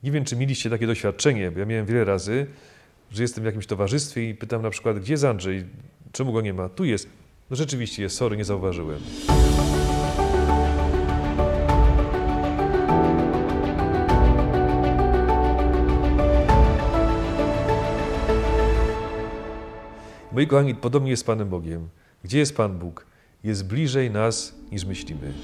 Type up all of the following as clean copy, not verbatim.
Nie wiem, czy mieliście takie doświadczenie, bo ja miałem wiele razy, że jestem w jakimś towarzystwie i pytam na przykład, gdzie jest Andrzej? Czemu go nie ma? Tu jest. No rzeczywiście jest, sorry, nie zauważyłem. Moi kochani, podobnie jest z Panem Bogiem. Gdzie jest Pan Bóg? Jest bliżej nas, niż myślimy.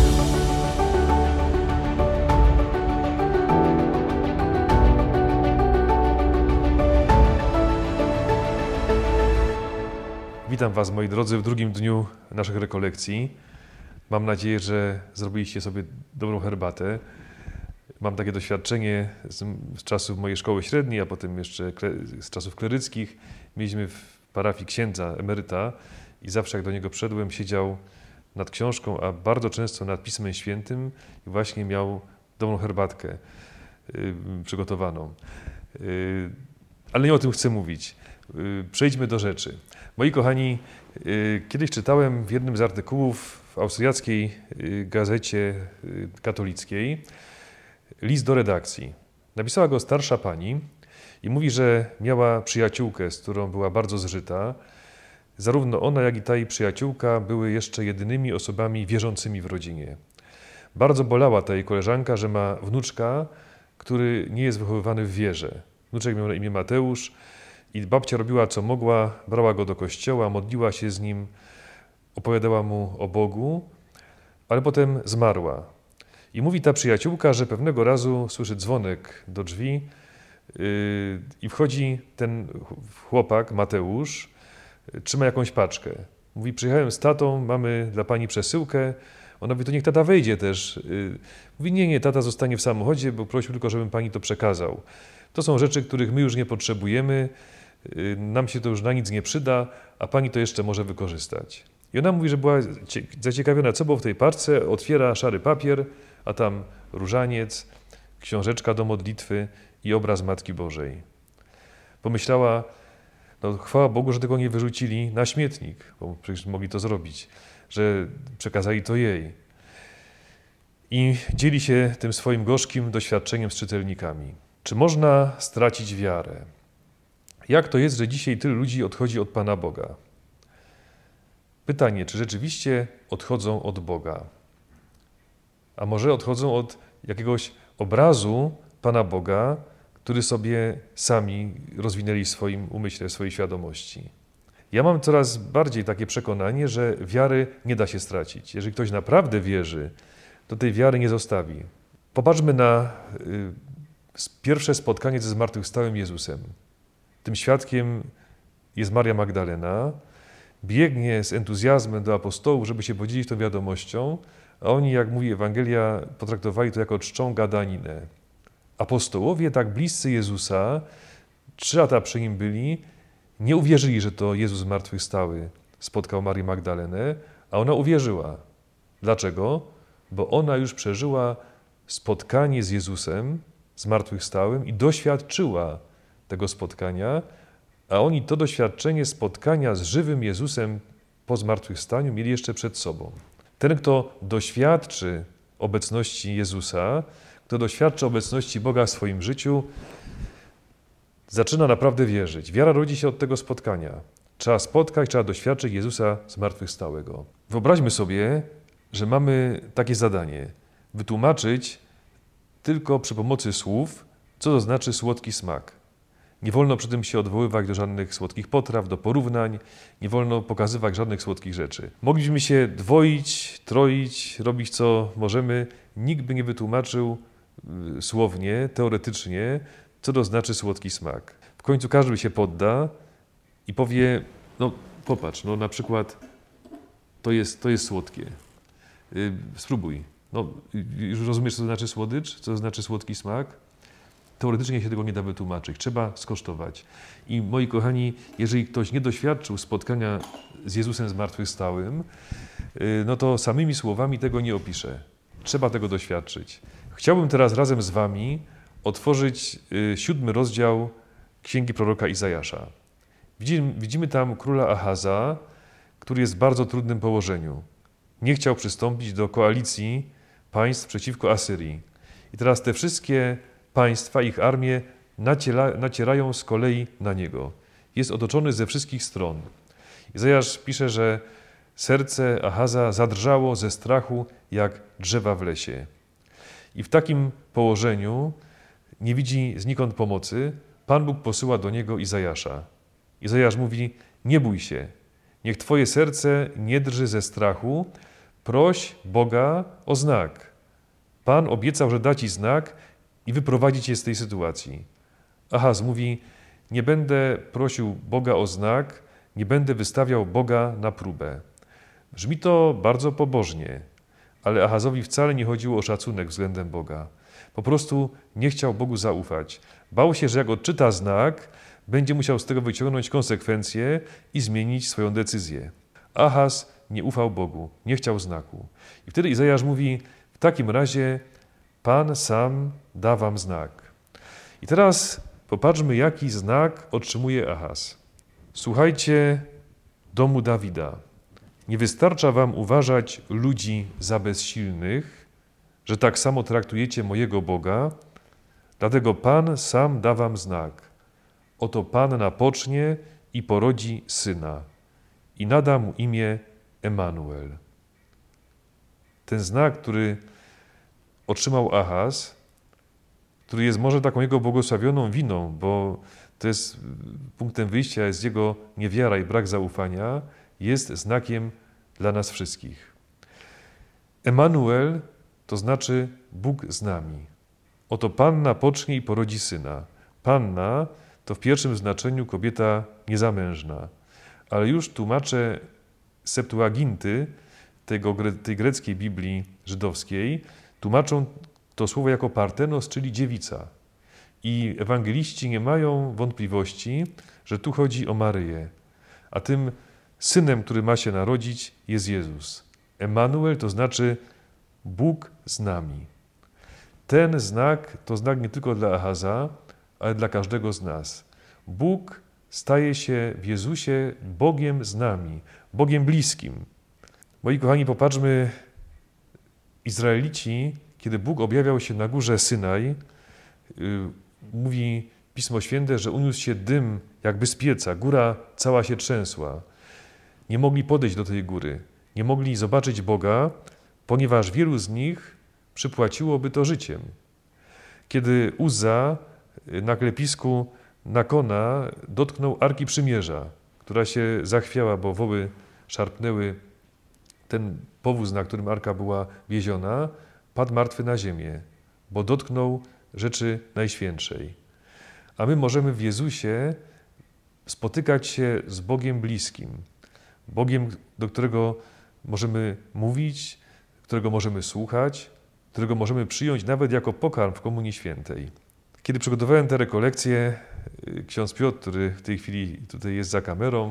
Witam Was, moi drodzy, w drugim dniu naszych rekolekcji. Mam nadzieję, że zrobiliście sobie dobrą herbatę. Mam takie doświadczenie z czasów mojej szkoły średniej, a potem jeszcze z czasów kleryckich. Mieliśmy w parafii księdza emeryta i zawsze jak do niego przyszedłem, siedział nad książką, a bardzo często nad Pismem Świętym i właśnie miał dobrą herbatkę przygotowaną. Ale nie o tym chcę mówić. Przejdźmy do rzeczy. Moi kochani, kiedyś czytałem w jednym z artykułów w austriackiej gazecie katolickiej list do redakcji. Napisała go starsza pani i mówi, że miała przyjaciółkę, z którą była bardzo zżyta. Zarówno ona, jak i ta jej przyjaciółka były jeszcze jedynymi osobami wierzącymi w rodzinie. Bardzo bolała ta jej koleżanka, że ma wnuczka, który nie jest wychowywany w wierze. Wnuczek miał na imię Mateusz i babcia robiła co mogła, brała go do kościoła, modliła się z nim, opowiadała mu o Bogu, ale potem zmarła. I mówi ta przyjaciółka, że pewnego razu słyszy dzwonek do drzwi i wchodzi ten chłopak, Mateusz, trzyma jakąś paczkę. Mówi, przyjechałem z tatą, mamy dla pani przesyłkę. Ona mówi, to niech tata wejdzie też. Mówi, nie, tata zostanie w samochodzie, bo prosił tylko, żebym pani to przekazał. To są rzeczy, których my już nie potrzebujemy, nam się to już na nic nie przyda, a pani to jeszcze może wykorzystać. I ona mówi, że była zaciekawiona, co było w tej paczce, otwiera szary papier, a tam różaniec, książeczka do modlitwy i obraz Matki Bożej. Pomyślała, no chwała Bogu, że tego nie wyrzucili na śmietnik, bo przecież mogli to zrobić, że przekazali to jej. I dzieli się tym swoim gorzkim doświadczeniem z czytelnikami. Czy można stracić wiarę? Jak to jest, że dzisiaj tylu ludzi odchodzi od Pana Boga? Pytanie, czy rzeczywiście odchodzą od Boga? A może odchodzą od jakiegoś obrazu Pana Boga, który sobie sami rozwinęli w swoim umyśle, w swojej świadomości? Ja mam coraz bardziej takie przekonanie, że wiary nie da się stracić. Jeżeli ktoś naprawdę wierzy, to tej wiary nie zostawi. Popatrzmy na pierwsze spotkanie ze zmartwychwstałym Jezusem. Tym świadkiem jest Maria Magdalena. Biegnie z entuzjazmem do apostołów, żeby się podzielić tą wiadomością, a oni, jak mówi Ewangelia, potraktowali to jako czczą gadaninę. Apostołowie tak bliscy Jezusa, 3 lata przy nim byli, nie uwierzyli, że to Jezus zmartwychwstały spotkał Marię Magdalenę, a ona uwierzyła. Dlaczego? Bo ona już przeżyła spotkanie z Jezusem zmartwychwstałym i doświadczyła tego spotkania, a oni to doświadczenie spotkania z żywym Jezusem po zmartwychwstaniu mieli jeszcze przed sobą. Ten, kto doświadczy obecności Jezusa, kto doświadczy obecności Boga w swoim życiu, zaczyna naprawdę wierzyć. Wiara rodzi się od tego spotkania. Trzeba spotkać, trzeba doświadczyć Jezusa zmartwychwstałego. Wyobraźmy sobie, że mamy takie zadanie. Wytłumaczyć tylko przy pomocy słów, co to znaczy słodki smak. Nie wolno przy tym się odwoływać do żadnych słodkich potraw, do porównań, nie wolno pokazywać żadnych słodkich rzeczy. Moglibyśmy się dwoić, troić, robić co możemy. Nikt by nie wytłumaczył słownie, teoretycznie, co to znaczy słodki smak. W końcu każdy się podda i powie, no popatrz, no na przykład to jest słodkie. Spróbuj. No, już rozumiesz, co to znaczy słodycz? Co to znaczy słodki smak? Teoretycznie się tego nie da wytłumaczyć. Trzeba skosztować. I moi kochani, jeżeli ktoś nie doświadczył spotkania z Jezusem zmartwychwstałym, no to samymi słowami tego nie opiszę. Trzeba tego doświadczyć. Chciałbym teraz razem z wami otworzyć 7 rozdział Księgi proroka Izajasza. Widzimy tam króla Ahaza, który jest w bardzo trudnym położeniu. Nie chciał przystąpić do koalicji państw przeciwko Asyrii. I teraz te wszystkie Państwa, ich armie nacierają z kolei na niego. Jest otoczony ze wszystkich stron. Izajasz pisze, że serce Ahaza zadrżało ze strachu jak drzewa w lesie. I w takim położeniu nie widzi znikąd pomocy. Pan Bóg posyła do niego Izajasza. Izajasz mówi: nie bój się, niech twoje serce nie drży ze strachu, proś Boga o znak. Pan obiecał, że da ci znak i wyprowadzi cię z tej sytuacji. Ahaz mówi: nie będę prosił Boga o znak, nie będę wystawiał Boga na próbę. Brzmi to bardzo pobożnie, ale Ahazowi wcale nie chodziło o szacunek względem Boga. Po prostu nie chciał Bogu zaufać. Bał się, że jak odczyta znak, będzie musiał z tego wyciągnąć konsekwencje i zmienić swoją decyzję. Ahaz nie ufał Bogu, nie chciał znaku. I wtedy Izajasz mówi: w takim razie Pan sam da wam znak. I teraz popatrzmy, jaki znak otrzymuje Ahaz. Słuchajcie, domu Dawida, nie wystarcza wam uważać ludzi za bezsilnych, że tak samo traktujecie mojego Boga, dlatego Pan sam da wam znak. Oto panna pocznie i porodzi syna i nada mu imię Emanuel. Ten znak, który otrzymał Ahaz, który jest może taką jego błogosławioną winą, bo to jest punktem wyjścia, jest jego niewiara i brak zaufania, jest znakiem dla nas wszystkich. Emanuel to znaczy Bóg z nami. Oto panna pocznie i porodzi syna. Panna to w pierwszym znaczeniu kobieta niezamężna, ale już tłumacze Septuaginty, tej greckiej Biblii żydowskiej, tłumaczą to słowo jako partenos, czyli dziewica. I ewangeliści nie mają wątpliwości, że tu chodzi o Maryję. A tym synem, który ma się narodzić, jest Jezus. Emanuel to znaczy Bóg z nami. Ten znak to znak nie tylko dla Ahaza, ale dla każdego z nas. Bóg staje się w Jezusie Bogiem z nami, Bogiem bliskim. Moi kochani, popatrzmy, Izraelici, kiedy Bóg objawiał się na górze Synaj, mówi Pismo Święte, że uniósł się dym jakby z pieca, góra cała się trzęsła. Nie mogli podejść do tej góry, nie mogli zobaczyć Boga, ponieważ wielu z nich przypłaciłoby to życiem. Kiedy Uzza na klepisku Nakona dotknął Arki Przymierza, która się zachwiała, bo woły szarpnęły ten powóz, na którym Arka była wieziona, padł martwy na ziemię, bo dotknął rzeczy najświętszej. A my możemy w Jezusie spotykać się z Bogiem bliskim, Bogiem, do którego możemy mówić, którego możemy słuchać, którego możemy przyjąć nawet jako pokarm w Komunii Świętej. Kiedy przygotowałem tę rekolekcję, ksiądz Piotr, który w tej chwili tutaj jest za kamerą,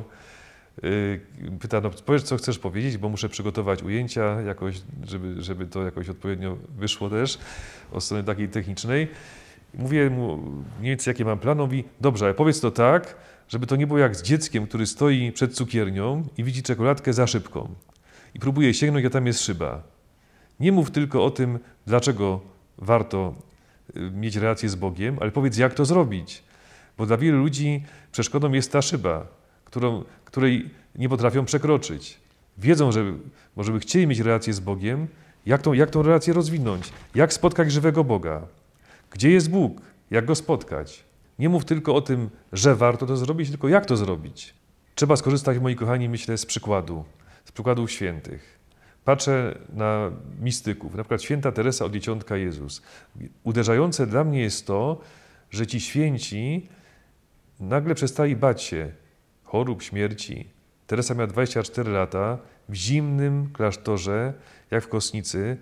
pyta: no powiedz, co chcesz powiedzieć, bo muszę przygotować ujęcia jakoś, żeby to jakoś odpowiednio wyszło też od strony takiej technicznej. Mówię mu mniej więcej, jakie mam plany. Mówi: dobrze, ale powiedz to tak, żeby to nie było jak z dzieckiem, który stoi przed cukiernią i widzi czekoladkę za szybką i próbuje sięgnąć, a tam jest szyba. Nie mów tylko o tym, dlaczego warto mieć relację z Bogiem, ale powiedz, jak to zrobić. Bo dla wielu ludzi przeszkodą jest ta szyba, której nie potrafią przekroczyć. Wiedzą, że może by chcieli mieć relację z Bogiem, jak tą relację rozwinąć, jak spotkać żywego Boga. Gdzie jest Bóg? Jak Go spotkać? Nie mów tylko o tym, że warto to zrobić, tylko jak to zrobić. Trzeba skorzystać, moi kochani, myślę, z przykładów świętych. Patrzę na mistyków, na przykład święta Teresa od Dzieciątka Jezus. Uderzające dla mnie jest to, że ci święci nagle przestali bać się chorób, śmierci. Teresa miała 24 lata w zimnym klasztorze, jak w Kosnicy,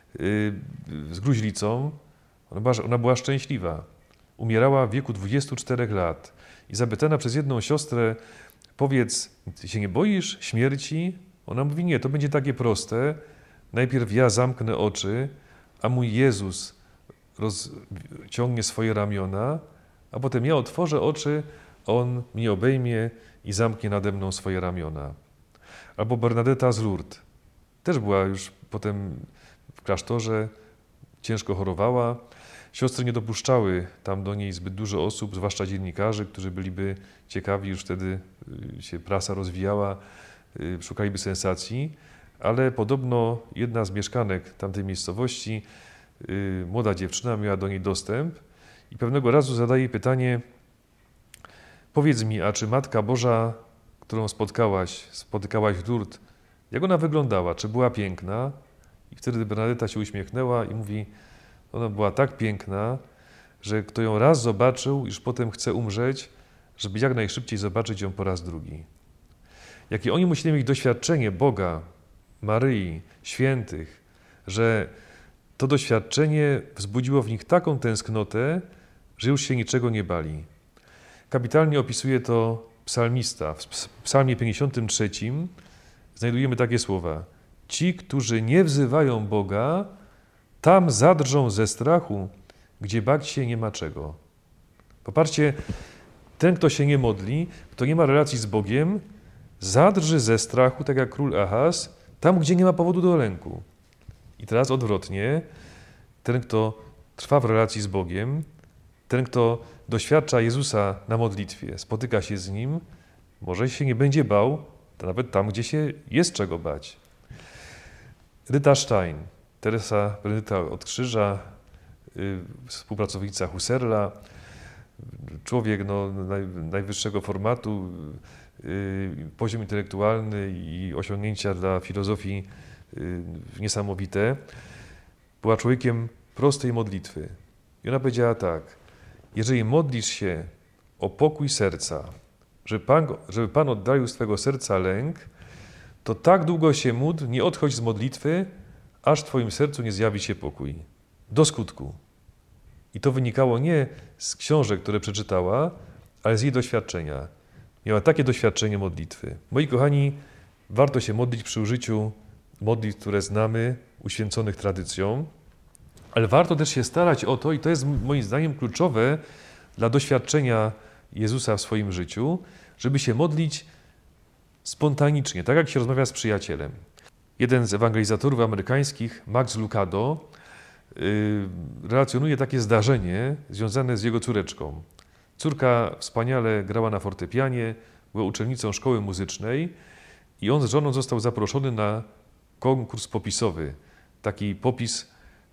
z gruźlicą. Ona była szczęśliwa. Umierała w wieku 24 lat. I zapytana przez jedną siostrę: powiedz, ty się nie boisz śmierci? Ona mówi: nie, to będzie takie proste. Najpierw ja zamknę oczy, a mój Jezus rozciągnie swoje ramiona, a potem ja otworzę oczy, On mnie obejmie i zamknie nade mną swoje ramiona. Albo Bernadetta z Lourdes. Też była już potem w klasztorze, ciężko chorowała. Siostry nie dopuszczały tam do niej zbyt dużo osób, zwłaszcza dziennikarzy, którzy byliby ciekawi, już wtedy się prasa rozwijała, szukaliby sensacji, ale podobno jedna z mieszkanek tamtej miejscowości, młoda dziewczyna, miała do niej dostęp i pewnego razu zadaje jej pytanie: powiedz mi, a czy Matka Boża, którą spotykałaś w Lourdes, jak ona wyglądała? Czy była piękna? I wtedy Bernadetta się uśmiechnęła i mówi: ona była tak piękna, że kto ją raz zobaczył, już potem chce umrzeć, żeby jak najszybciej zobaczyć ją po raz drugi. Jakie oni musieli mieć doświadczenie Boga, Maryi, świętych, że to doświadczenie wzbudziło w nich taką tęsknotę, że już się niczego nie bali. Kapitalnie opisuje to psalmista. W psalmie 53 znajdujemy takie słowa: ci, którzy nie wzywają Boga, tam zadrżą ze strachu, gdzie bać się nie ma czego. Popatrzcie, ten, kto się nie modli, kto nie ma relacji z Bogiem, zadrży ze strachu, tak jak król Ahaz, tam, gdzie nie ma powodu do lęku. I teraz odwrotnie, ten, kto trwa w relacji z Bogiem, ten, kto doświadcza Jezusa na modlitwie, spotyka się z Nim, może się nie będzie bał, to nawet tam, gdzie się jest czego bać. Ryta Stein, Teresa Benedykta od Krzyża, współpracownica Husserla, człowiek najwyższego formatu, poziom intelektualny i osiągnięcia dla filozofii niesamowite, była człowiekiem prostej modlitwy. I ona powiedziała tak: jeżeli modlisz się o pokój serca, żeby Pan oddalił z twego serca lęk, to tak długo się módl, nie odchodź z modlitwy, aż w twoim sercu nie zjawi się pokój. Do skutku. I to wynikało nie z książek, które przeczytała, ale z jej doświadczenia. Miała takie doświadczenie modlitwy. Moi kochani, warto się modlić przy użyciu modlitw, które znamy, uświęconych tradycją, ale warto też się starać o to, i to jest moim zdaniem kluczowe dla doświadczenia Jezusa w swoim życiu, żeby się modlić spontanicznie, tak jak się rozmawia z przyjacielem. Jeden z ewangelizatorów amerykańskich, Max Lucado, relacjonuje takie zdarzenie związane z jego córeczką. Córka wspaniale grała na fortepianie, była uczennicą szkoły muzycznej i on z żoną został zaproszony na konkurs popisowy. Taki popis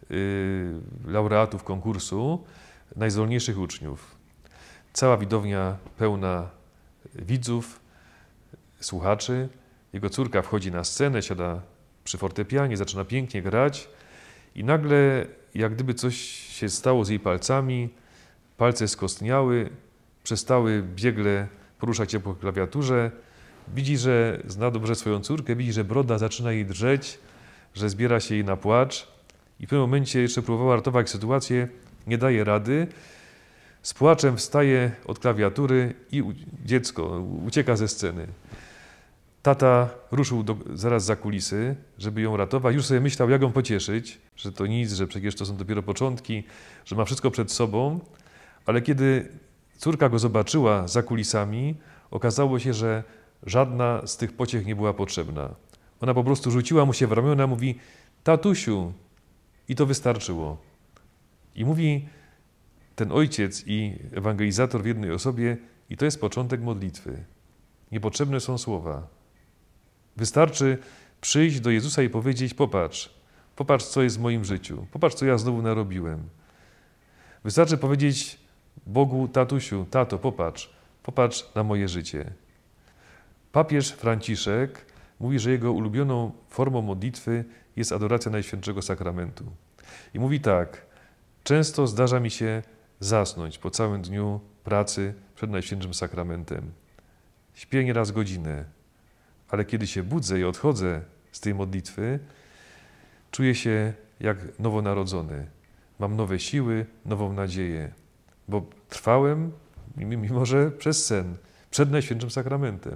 laureatów konkursu, najzdolniejszych uczniów. Cała widownia pełna widzów, słuchaczy. Jego córka wchodzi na scenę, siada przy fortepianie, zaczyna pięknie grać i nagle, jak gdyby coś się stało z jej palcami, palce skostniały, przestały biegle poruszać się po klawiaturze. Widzi, że zna dobrze swoją córkę, widzi, że broda zaczyna jej drżeć, że zbiera się jej na płacz i w pewnym momencie jeszcze próbowała ratować sytuację, nie daje rady. Z płaczem wstaje od klawiatury i dziecko ucieka ze sceny. Tata ruszył zaraz za kulisy, żeby ją ratować. Już sobie myślał, jak ją pocieszyć, że to nic, że przecież to są dopiero początki, że ma wszystko przed sobą. Ale kiedy córka go zobaczyła za kulisami, okazało się, że żadna z tych pociech nie była potrzebna. Ona po prostu rzuciła mu się w ramiona, mówi: tatusiu. I to wystarczyło. I mówi ten ojciec i ewangelizator w jednej osobie: i to jest początek modlitwy. Niepotrzebne są słowa. Wystarczy przyjść do Jezusa i powiedzieć: popatrz, co jest w moim życiu. Popatrz, co ja znowu narobiłem. Wystarczy powiedzieć Bogu: tatusiu, tato, popatrz na moje życie. Papież Franciszek mówi, że jego ulubioną formą modlitwy jest adoracja Najświętszego Sakramentu. I mówi tak: często zdarza mi się zasnąć po całym dniu pracy przed Najświętszym Sakramentem. Śpię nieraz godzinę, ale kiedy się budzę i odchodzę z tej modlitwy, czuję się jak nowonarodzony. Mam nowe siły, nową nadzieję, bo trwałem, mimo że przez sen, przed Najświętszym Sakramentem.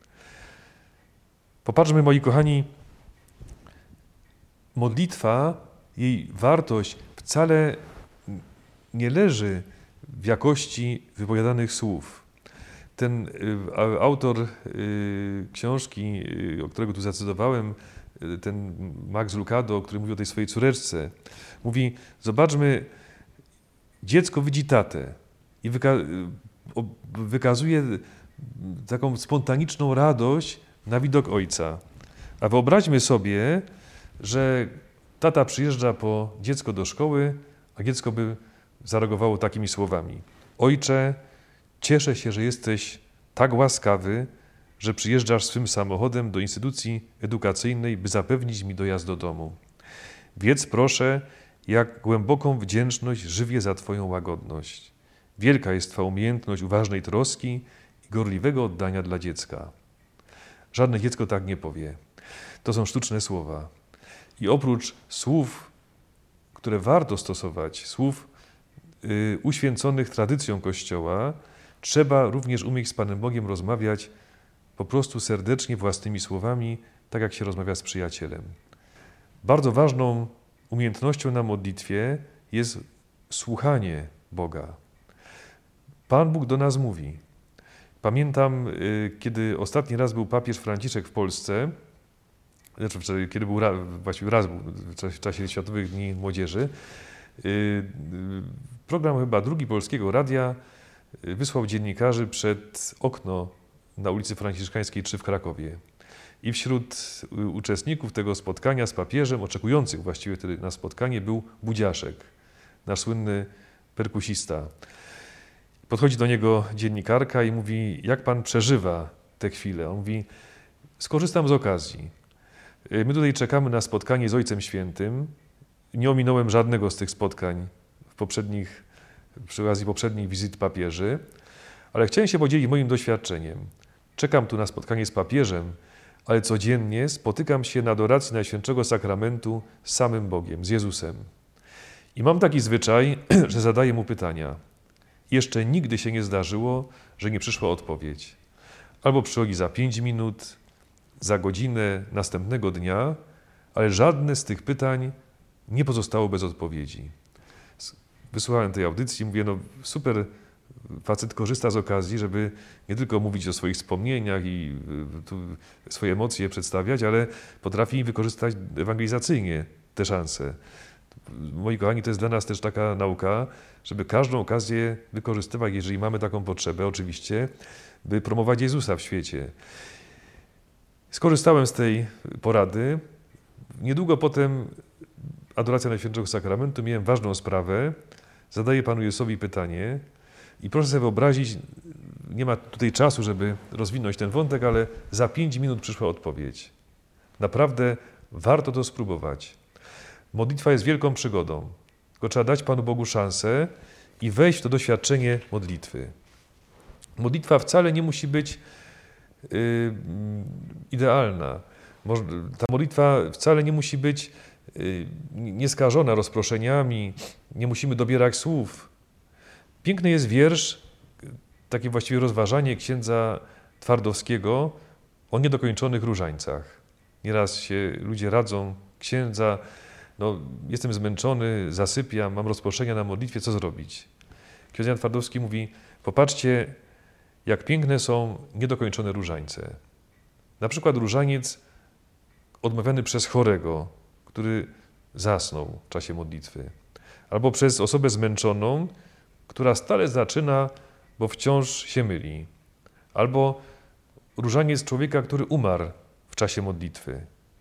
Popatrzmy, moi kochani, modlitwa, jej wartość wcale nie leży w jakości wypowiadanych słów. Ten autor książki, o którego tu zacytowałem, ten Max Lucado, który mówi o tej swojej córeczce, mówi: zobaczmy, Dziecko widzi tatę i wykazuje taką spontaniczną radość na widok ojca. A wyobraźmy sobie, że tata przyjeżdża po dziecko do szkoły, a dziecko by zareagowało takimi słowami. Ojcze, cieszę się, że jesteś tak łaskawy, że przyjeżdżasz swym samochodem do instytucji edukacyjnej, by zapewnić mi dojazd do domu. Wiedz proszę, jak głęboką wdzięczność żywię za Twoją łagodność. Wielka jest Twa umiejętność uważnej troski i gorliwego oddania dla dziecka. Żadne dziecko tak nie powie. To są sztuczne słowa. I oprócz słów, które warto stosować, słów uświęconych tradycją Kościoła, trzeba również umieć z Panem Bogiem rozmawiać po prostu serdecznie, własnymi słowami, tak jak się rozmawia z przyjacielem. Bardzo ważną umiejętnością na modlitwie jest słuchanie Boga. Pan Bóg do nas mówi. Pamiętam, kiedy ostatni raz był papież Franciszek w Polsce, kiedy był właściwie raz był w czasie Światowych Dni Młodzieży, program chyba Drugi Polskiego Radia wysłał dziennikarzy przed okno na ulicy Franciszkańskiej 3 w Krakowie. I wśród uczestników tego spotkania z papieżem, oczekujących właściwie wtedy na spotkanie, był Budziaszek, nasz słynny perkusista. Podchodzi do niego dziennikarka i mówi, jak pan przeżywa tę chwilę? On mówi, skorzystam z okazji. My tutaj czekamy na spotkanie z Ojcem Świętym. Nie ominąłem żadnego z tych spotkań przy okazji poprzednich wizyt papieży, ale chciałem się podzielić moim doświadczeniem. Czekam tu na spotkanie z papieżem, ale codziennie spotykam się na adoracji Najświętszego Sakramentu z samym Bogiem, z Jezusem. I mam taki zwyczaj, że zadaję mu pytania. Jeszcze nigdy się nie zdarzyło, że nie przyszła odpowiedź. Albo przychodzi za 5 minut, za godzinę następnego dnia, ale żadne z tych pytań nie pozostało bez odpowiedzi. Wysłuchałem tej audycji, mówię, no super, facet korzysta z okazji, żeby nie tylko mówić o swoich wspomnieniach i swoje emocje przedstawiać, ale potrafi wykorzystać ewangelizacyjnie te szanse. Moi kochani, to jest dla nas też taka nauka, żeby każdą okazję wykorzystywać, jeżeli mamy taką potrzebę, oczywiście, by promować Jezusa w świecie. Skorzystałem z tej porady. Niedługo potem adoracja Najświętszego Sakramentu, miałem ważną sprawę, zadaję Panu Jezusowi pytanie i proszę sobie wyobrazić, nie ma tutaj czasu, żeby rozwinąć ten wątek, ale za 5 minut przyszła odpowiedź. Naprawdę warto to spróbować. Modlitwa jest wielką przygodą, tylko trzeba dać Panu Bogu szansę i wejść w to doświadczenie modlitwy. Modlitwa wcale nie musi być idealna. Ta modlitwa wcale nie musi być nieskażona rozproszeniami, nie musimy dobierać słów. Piękny jest wiersz, takie właściwie rozważanie księdza Twardowskiego o niedokończonych różańcach. Nieraz się ludzie radzą, księdza, no, jestem zmęczony, zasypiam, mam rozproszenia na modlitwie, co zrobić? Ksiądz Jan Twardowski mówi, popatrzcie, jak piękne są niedokończone różańce. Na przykład różaniec odmawiany przez chorego, który zasnął w czasie modlitwy. Albo przez osobę zmęczoną, która stale zaczyna, bo wciąż się myli. Albo różaniec człowieka, który umarł w czasie modlitwy.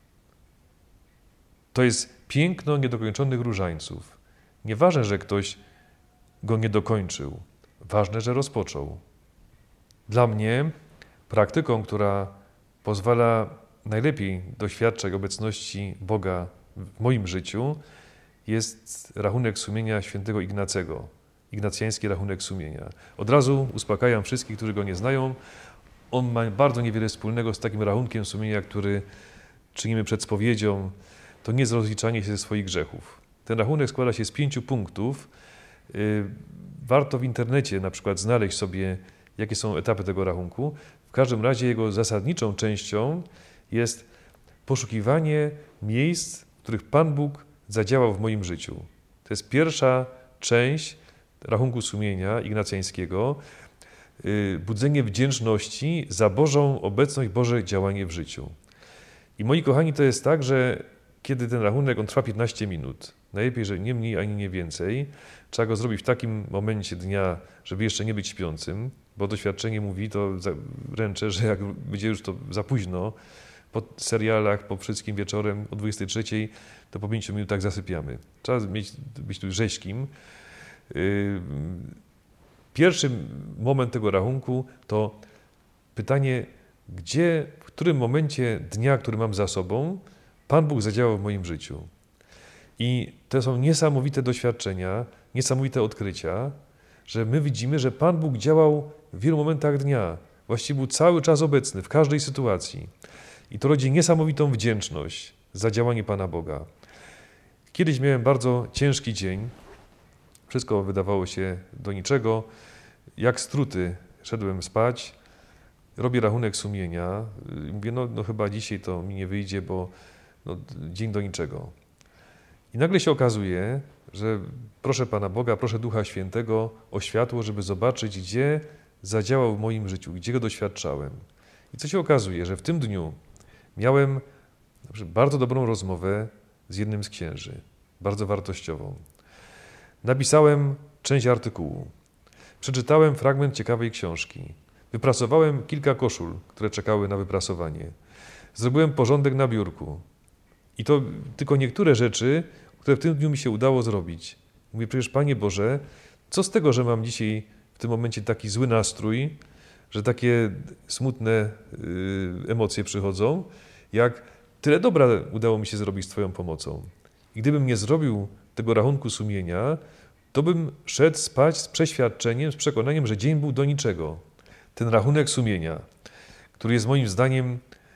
To jest piękno niedokończonych różańców. Nieważne, że ktoś go nie dokończył. Ważne, że rozpoczął. Dla mnie praktyką, która pozwala najlepiej doświadczać obecności Boga w moim życiu, jest rachunek sumienia świętego Ignacego. Ignacjański rachunek sumienia. Od razu uspokajam wszystkich, którzy go nie znają. On ma bardzo niewiele wspólnego z takim rachunkiem sumienia, który czynimy przed spowiedzią. To nie jest rozliczanie się ze swoich grzechów. Ten rachunek składa się z 5 punktów. Warto w internecie na przykład znaleźć sobie, jakie są etapy tego rachunku. W każdym razie jego zasadniczą częścią jest poszukiwanie miejsc, w których Pan Bóg zadziałał w moim życiu. To jest pierwsza część rachunku sumienia ignacjańskiego. Budzenie wdzięczności za Bożą obecność, Boże działanie w życiu. I moi kochani, to jest tak, że kiedy ten rachunek on trwa 15 minut. Najlepiej, że nie mniej ani nie więcej. Trzeba go zrobić w takim momencie dnia, żeby jeszcze nie być śpiącym, bo doświadczenie mówi, to ręczę, że jak będzie już to za późno, po serialach, po wszystkim wieczorem o 23, to po 5 minutach zasypiamy. Trzeba być tu rzeźkim. Pierwszy moment tego rachunku to pytanie, gdzie, w którym momencie dnia, który mam za sobą, Pan Bóg zadziałał w moim życiu. I to są niesamowite doświadczenia, niesamowite odkrycia, że my widzimy, że Pan Bóg działał w wielu momentach dnia. Właściwie był cały czas obecny, w każdej sytuacji. I to rodzi niesamowitą wdzięczność za działanie Pana Boga. Kiedyś miałem bardzo ciężki dzień. Wszystko wydawało się do niczego. Jak struty szedłem spać, robię rachunek sumienia. Mówię, no chyba dzisiaj to mi nie wyjdzie, bo dzień do niczego. I nagle się okazuje, że proszę Pana Boga, proszę Ducha Świętego o światło, żeby zobaczyć, gdzie zadziałał w moim życiu, gdzie go doświadczałem. I co się okazuje, że w tym dniu miałem bardzo dobrą rozmowę z jednym z księży, bardzo wartościową. Napisałem część artykułu, przeczytałem fragment ciekawej książki, wyprasowałem kilka koszul, które czekały na wyprasowanie, zrobiłem porządek na biurku. I to tylko niektóre rzeczy, które w tym dniu mi się udało zrobić. Mówię, przecież Panie Boże, co z tego, że mam dzisiaj w tym momencie taki zły nastrój, że takie smutne emocje przychodzą, jak tyle dobra udało mi się zrobić z Twoją pomocą. I gdybym nie zrobił tego rachunku sumienia, to bym szedł spać z przeświadczeniem, z przekonaniem, że dzień był do niczego. Ten rachunek sumienia, który jest moim zdaniem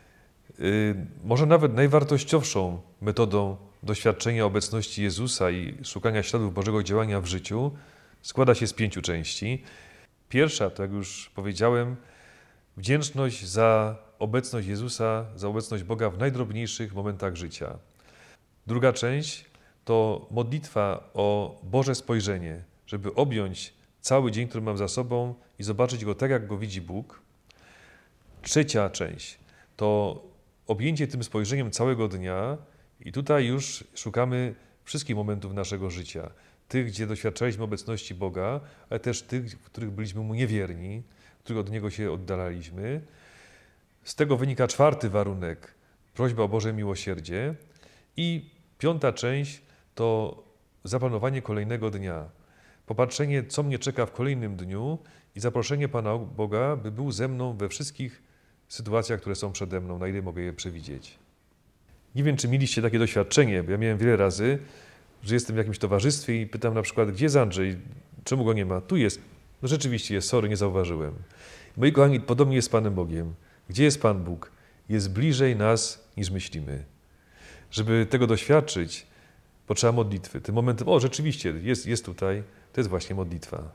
może nawet najwartościowszą metodą doświadczenia obecności Jezusa i szukania śladów Bożego działania w życiu, składa się z 5 części. Pierwsza, to jak już powiedziałem, wdzięczność za obecność Jezusa, za obecność Boga w najdrobniejszych momentach życia. Druga część to modlitwa o Boże spojrzenie, żeby objąć cały dzień, który mam za sobą i zobaczyć go tak, jak go widzi Bóg. Trzecia część to objęcie tym spojrzeniem całego dnia i tutaj już szukamy wszystkich momentów naszego życia. Tych, gdzie doświadczaliśmy obecności Boga, ale też tych, w których byliśmy Mu niewierni, w których od Niego się oddalaliśmy. Z tego wynika 4. warunek, prośba o Boże miłosierdzie. I 5. część to zaplanowanie kolejnego dnia. Popatrzenie, co mnie czeka w kolejnym dniu i zaproszenie Pana Boga, by był ze mną we wszystkich sytuacjach, które są przede mną, na ile mogę je przewidzieć. Nie wiem, czy mieliście takie doświadczenie, bo ja miałem wiele razy, że jestem w jakimś towarzystwie i pytam na przykład, gdzie jest Andrzej? Czemu go nie ma? Tu jest. No rzeczywiście jest, sorry, nie zauważyłem. Moi kochani, podobnie jest z Panem Bogiem. Gdzie jest Pan Bóg? Jest bliżej nas, niż myślimy. Żeby tego doświadczyć, potrzeba modlitwy. Tym momentem, o rzeczywiście, jest tutaj, to jest właśnie modlitwa.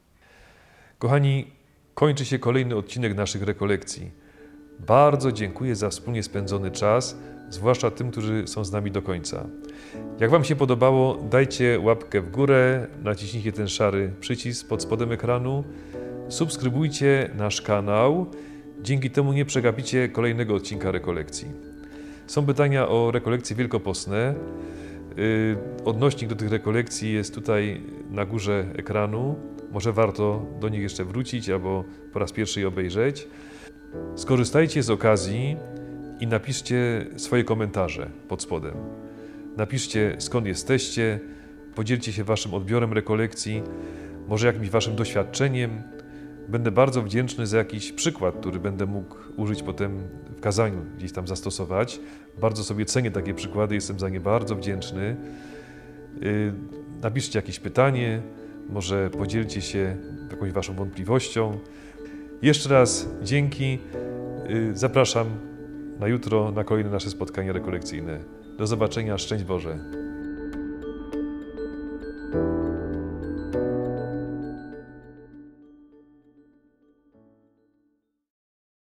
Kochani, kończy się kolejny odcinek naszych rekolekcji. Bardzo dziękuję za wspólnie spędzony czas, zwłaszcza tym, którzy są z nami do końca. Jak Wam się podobało, dajcie łapkę w górę, naciśnijcie ten szary przycisk pod spodem ekranu, subskrybujcie nasz kanał, dzięki temu nie przegapicie kolejnego odcinka rekolekcji. Są pytania o rekolekcje wielkopostne. Odnośnik do tych rekolekcji jest tutaj na górze ekranu. Może warto do nich jeszcze wrócić albo po raz pierwszy je obejrzeć. Skorzystajcie z okazji i napiszcie swoje komentarze pod spodem. Napiszcie, skąd jesteście, podzielcie się Waszym odbiorem rekolekcji, może jakimś Waszym doświadczeniem. Będę bardzo wdzięczny za jakiś przykład, który będę mógł użyć potem w kazaniu, gdzieś tam zastosować. Bardzo sobie cenię takie przykłady, jestem za nie bardzo wdzięczny. Napiszcie jakieś pytanie, może podzielcie się jakąś Waszą wątpliwością. Jeszcze raz dzięki. Zapraszam na jutro na kolejne nasze spotkania rekolekcyjne. Do zobaczenia. Szczęść Boże.